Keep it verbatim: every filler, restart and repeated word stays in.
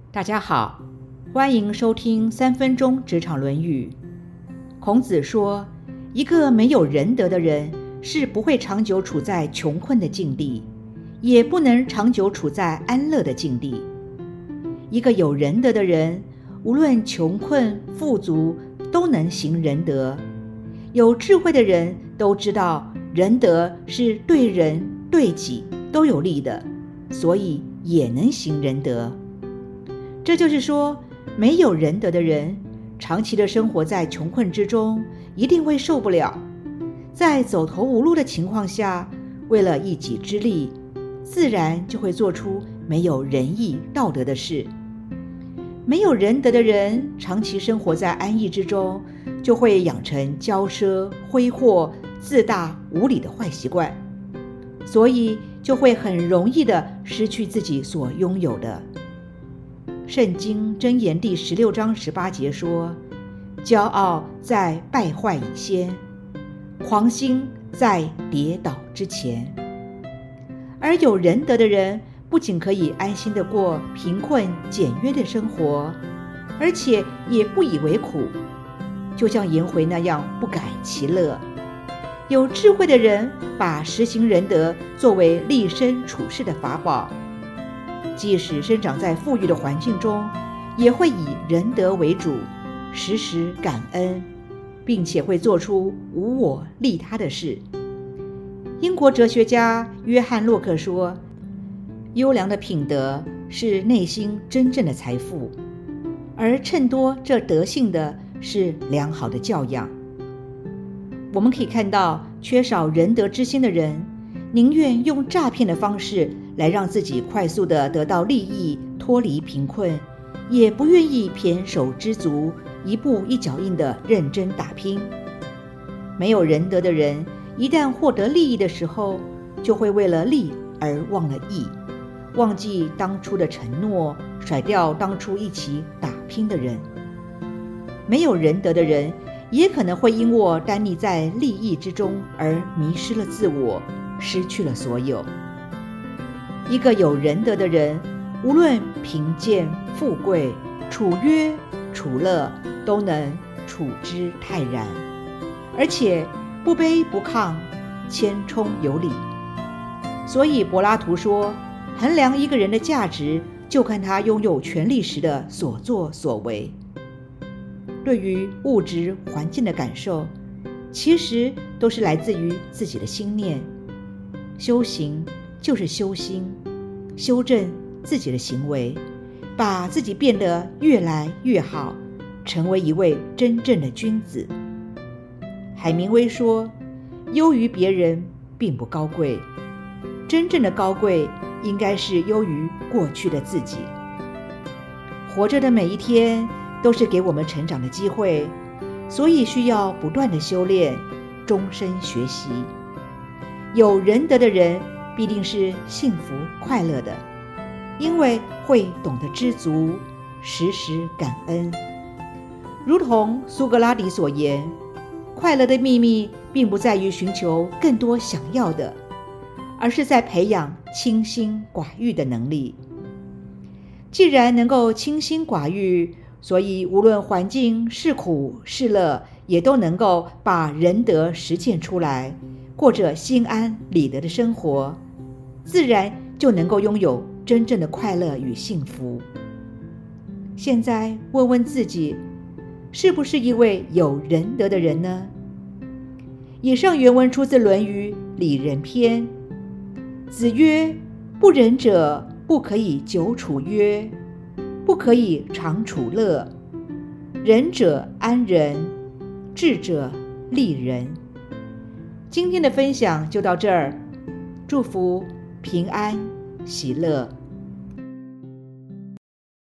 大家好，欢迎收听三分钟职场论语。孔子说，一个没有仁德的人是不会长久处在穷困的境地，也不能长久处在安乐的境地。一个有仁德的人，无论穷困富足，都能行仁德。有智慧的人都知道，仁德是对人对己都有利的，所以也能行仁德。这就是说，没有仁德的人，长期的生活在穷困之中，一定会受不了。在走投无路的情况下，为了一己之力，自然就会做出没有仁义道德的事。没有仁德的人，长期生活在安逸之中，就会养成骄奢挥霍、自大无礼的坏习惯，所以就会很容易的失去自己所拥有的。圣经箴言第十六章十八节说，骄傲在败坏以先，狂心在跌倒之前。而有仁德的人，不仅可以安心地过贫困简约的生活，而且也不以为苦，就像颜回那样不改其乐。有智慧的人把实行仁德作为立身处世的法宝，即使生长在富裕的环境中，也会以仁德为主，时时感恩，并且会做出无我利他的事。英国哲学家约翰·洛克说，优良的品德是内心真正的财富，而衬托这德性的是良好的教养。我们可以看到，缺少仁德之心的人，宁愿用诈骗的方式来让自己快速地得到利益，脱离贫困，也不愿意胼手知足，一步一脚印地认真打拼。没有仁德的人，一旦获得利益的时候，就会为了利而忘了义，忘记当初的承诺，甩掉当初一起打拼的人。没有仁德的人，也可能会因我耽溺在利益之中而迷失了自我，失去了所有。一个有仁德的人，无论贫贱富贵，处约处乐，都能处之泰然，而且不卑不亢，谦冲有礼。所以柏拉图说，衡量一个人的价值，就看他拥有权力时的所作所为。对于物质环境的感受，其实都是来自于自己的心念。修行就是修心，修正自己的行为，把自己变得越来越好，成为一位真正的君子。海明威说，优于别人并不高贵，真正的高贵应该是优于过去的自己。活着的每一天都是给我们成长的机会，所以需要不断的修炼，终身学习。有仁德的人必定是幸福快乐的，因为会懂得知足，时时感恩。如同苏格拉底所言，快乐的秘密并不在于寻求更多想要的，而是在培养清心寡欲的能力。既然能够清心寡欲，所以无论环境是苦是乐，也都能够把仁德实践出来，过着心安理得的生活，自然就能够拥有真正的快乐与幸福。现在问问自己，是不是一位有仁德的人呢？以上原文出自《论语·里仁篇》。子曰：不仁者不可以久处约，不可以长处乐。仁者安人，智者利人。今天的分享就到这儿，祝福平安喜乐。